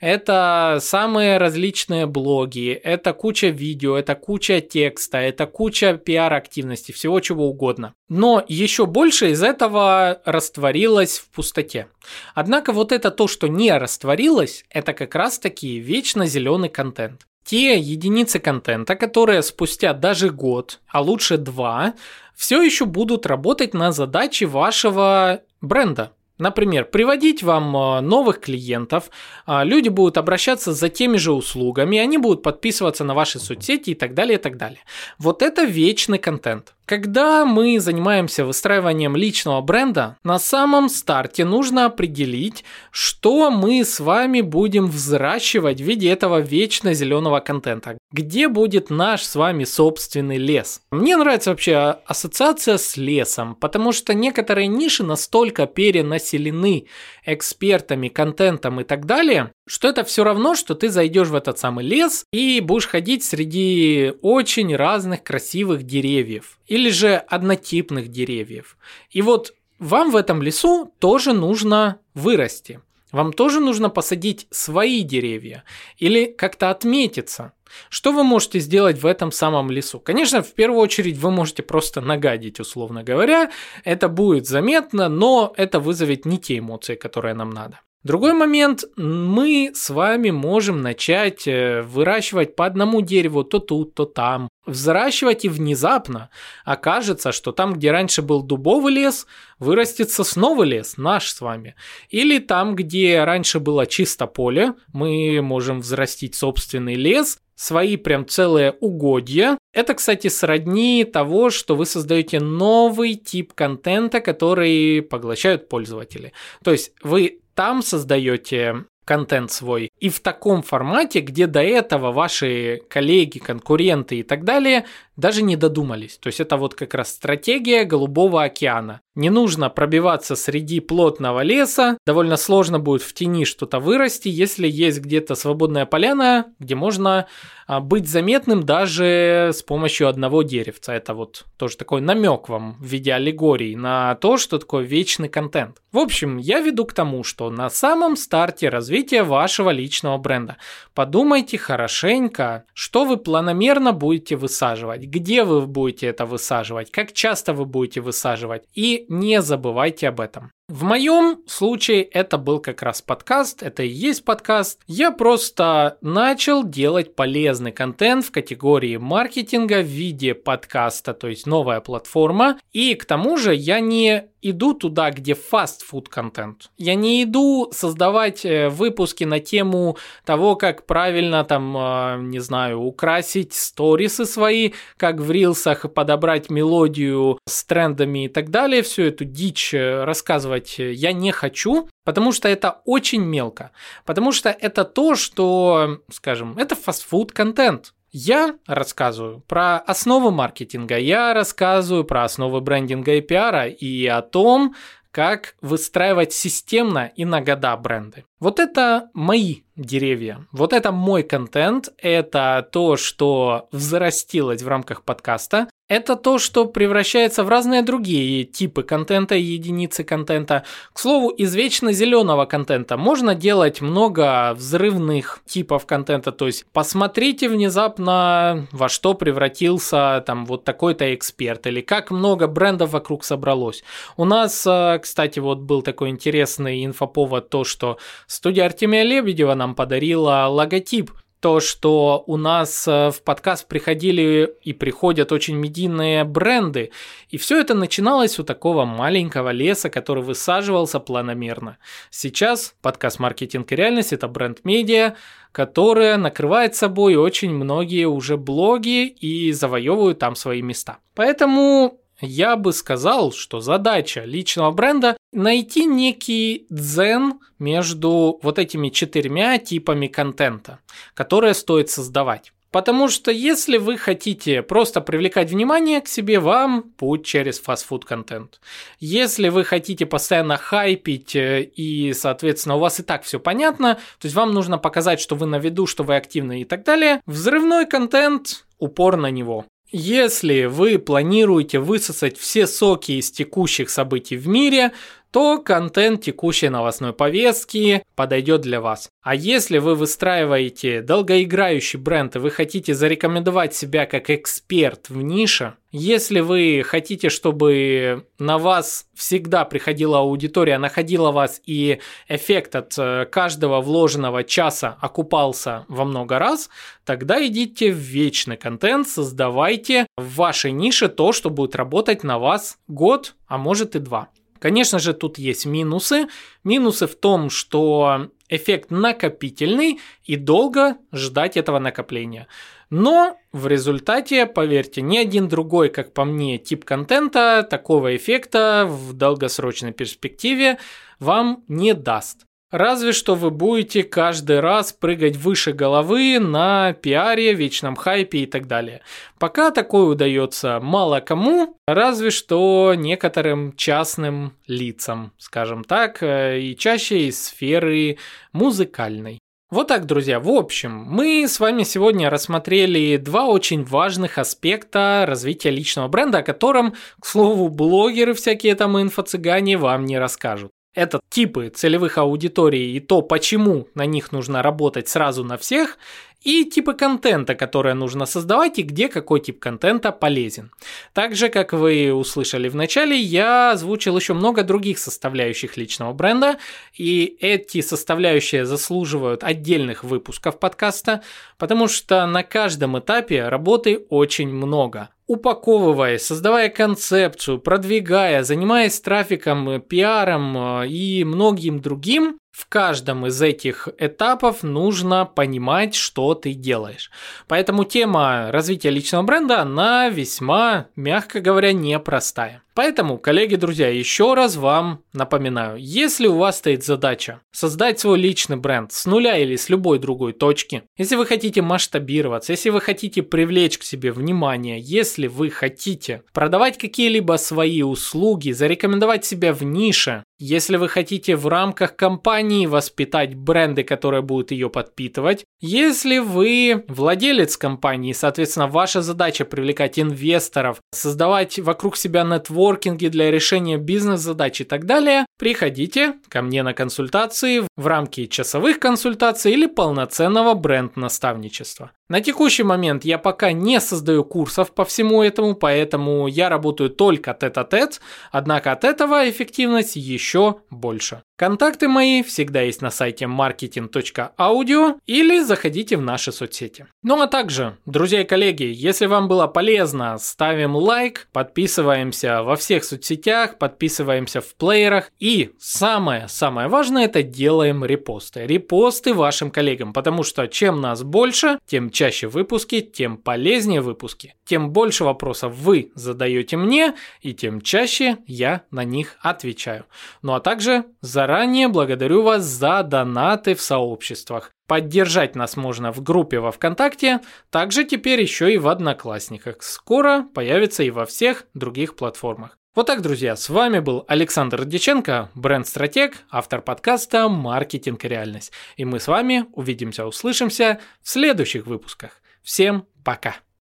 Это самые различные блоги, это куча видео, это куча текста, это куча пиар-активности, всего чего угодно. Но еще больше из этого растворилось в пустоте. Однако вот это то, что не растворилось, это как раз-таки вечно зеленый контент. Те единицы контента, которые спустя даже год, а лучше 2, все еще будут работать на задачи вашего бренда. Например, приводить вам новых клиентов, люди будут обращаться за теми же услугами, они будут подписываться на ваши соцсети и так далее, и так далее. Вот это вечный контент. Когда мы занимаемся выстраиванием личного бренда, на самом старте нужно определить, что мы с вами будем взращивать в виде этого вечно зеленого контента. Где будет наш с вами собственный лес? Мне нравится вообще ассоциация с лесом, потому что некоторые ниши настолько перенаселены экспертами, контентом и так далее, что это все равно, что ты зайдешь в этот самый лес и будешь ходить среди очень разных красивых деревьев или же однотипных деревьев. И вот вам в этом лесу тоже нужно вырасти. Вам тоже нужно посадить свои деревья или как-то отметиться. Что вы можете сделать в этом самом лесу? Конечно, в первую очередь вы можете просто нагадить, условно говоря. Это будет заметно, но это вызовет не те эмоции, которые нам надо. Другой момент, мы с вами можем начать выращивать по одному дереву то тут, то там. Взращивать и внезапно окажется, что там, где раньше был дубовый лес, вырастет сосновый лес, наш с вами. Или там, где раньше было чисто поле, мы можем взрастить собственный лес, свои прям целые угодья. Это, кстати, сродни того, что вы создаете новый тип контента, который поглощают пользователи. То есть вы там создаете контент свой и в таком формате, где до этого ваши коллеги, конкуренты и так далее даже не додумались. То есть это вот как раз стратегия Голубого океана. Не нужно пробиваться среди плотного леса, довольно сложно будет в тени что-то вырасти, если есть где-то свободная поляна, где можно быть заметным даже с помощью одного деревца. Это вот тоже такой намек вам в виде аллегории на то, что такое вечный контент. В общем, я веду к тому, что на самом старте развития вашего личного бренда подумайте хорошенько, что вы планомерно будете высаживать, где вы будете это высаживать, как часто вы будете высаживать, и не забывайте об этом. В моем случае это был как раз подкаст, это и есть подкаст. Я просто начал делать полезный контент в категории маркетинга в виде подкаста, то есть новая платформа. И к тому же я не иду туда, где фастфуд контент. Я не иду создавать выпуски на тему того, как правильно там, не знаю, украсить сторисы свои, как в рилсах подобрать мелодию с трендами и так далее. Всю эту дичь рассказывать я не хочу, потому что это очень мелко. Потому что это то, что, скажем, это фастфуд-контент. Я рассказываю про основы маркетинга, я рассказываю про основы брендинга и пиара и о том, как выстраивать системно и на года бренды. Вот это мои деревья, вот это мой контент, это то, что взрастилось в рамках подкаста, это то, что превращается в разные другие типы контента и единицы контента. К слову, из вечно зеленого контента можно делать много взрывных типов контента, то есть посмотрите внезапно, во что превратился там вот такой-то эксперт, или как много брендов вокруг собралось. У нас, кстати, вот был такой интересный инфоповод, то, что студия Артемия Лебедева нам подарила логотип. То, что у нас в подкаст приходили и приходят очень медийные бренды. И все это начиналось у такого маленького леса, который высаживался планомерно. Сейчас подкаст «Маркетинг и реальность» – это бренд-медиа, которая накрывает собой очень многие уже блоги и завоевывают там свои места. Поэтому я бы сказал, что задача личного бренда – найти некий дзен между вот этими 4 типами контента, которые стоит создавать. Потому что если вы хотите просто привлекать внимание к себе, вам путь через фастфуд-контент. Если вы хотите постоянно хайпить и, соответственно, у вас и так все понятно, то есть вам нужно показать, что вы на виду, что вы активны и так далее, взрывной контент, упор на него. Если вы планируете высосать все соки из текущих событий в мире, то контент текущей новостной повестки подойдет для вас. А если вы выстраиваете долгоиграющий бренд и вы хотите зарекомендовать себя как эксперт в нише, если вы хотите, чтобы на вас всегда приходила аудитория, находила вас и эффект от каждого вложенного часа окупался во много раз, тогда идите в вечный контент, создавайте в вашей нише то, что будет работать на вас год, а может и 2. Конечно же, тут есть минусы. Минусы в том, что эффект накопительный и долго ждать этого накопления. Но в результате, поверьте, ни один другой, как по мне, тип контента такого эффекта в долгосрочной перспективе вам не даст. Разве что вы будете каждый раз прыгать выше головы на пиаре, вечном хайпе и так далее. Пока такое удается мало кому, разве что некоторым частным лицам, скажем так, и чаще из сферы музыкальной. Вот так, друзья. В общем, мы с вами сегодня рассмотрели два очень важных аспекта развития личного бренда, о котором, к слову, блогеры всякие там инфо-цыгане вам не расскажут. Это типы целевых аудиторий и то, почему на них нужно работать сразу на всех, и типы контента, которые нужно создавать, и где какой тип контента полезен. Также, как вы услышали в начале, я озвучил еще много других составляющих личного бренда, и эти составляющие заслуживают отдельных выпусков подкаста, потому что на каждом этапе работы очень много. Упаковывая, создавая концепцию, продвигая, занимаясь трафиком, пиаром и многим другим, в каждом из этих этапов нужно понимать, что ты делаешь. Поэтому тема развития личного бренда, она весьма, мягко говоря, непростая. Поэтому, коллеги, друзья, еще раз вам напоминаю, если у вас стоит задача создать свой личный бренд с нуля или с любой другой точки, если вы хотите масштабироваться, если вы хотите привлечь к себе внимание, если вы хотите продавать какие-либо свои услуги, зарекомендовать себя в нише, если вы хотите в рамках компании воспитать бренды, которые будут ее подпитывать, если вы владелец компании, соответственно, ваша задача привлекать инвесторов, создавать вокруг себя нетворкинги для решения бизнес-задач и так далее, приходите ко мне на консультации в рамки часовых консультаций или полноценного бренд-наставничества. На текущий момент я пока не создаю курсов по всему этому, поэтому я работаю только тет-а-тет, однако от этого эффективность еще больше. Контакты мои всегда есть на сайте marketing.audio или заходите в наши соцсети. Ну а также, друзья и коллеги, если вам было полезно, ставим лайк, подписываемся во всех соцсетях, подписываемся в плеерах и самое важное, это делаем репосты. Репосты вашим коллегам, потому что чем нас больше, тем чаще выпуски, тем полезнее выпуски, тем больше вопросов вы задаете мне и тем чаще я на них отвечаю. Ну а также заранее благодарю вас за донаты в сообществах. Поддержать нас можно в группе во ВКонтакте, также теперь еще и в Одноклассниках. Скоро появится и во всех других платформах. Вот так, друзья, с вами был Александр Дьяченко, бренд-стратег, автор подкаста «Маркетинг и реальность». И мы с вами увидимся, услышимся в следующих выпусках. Всем пока!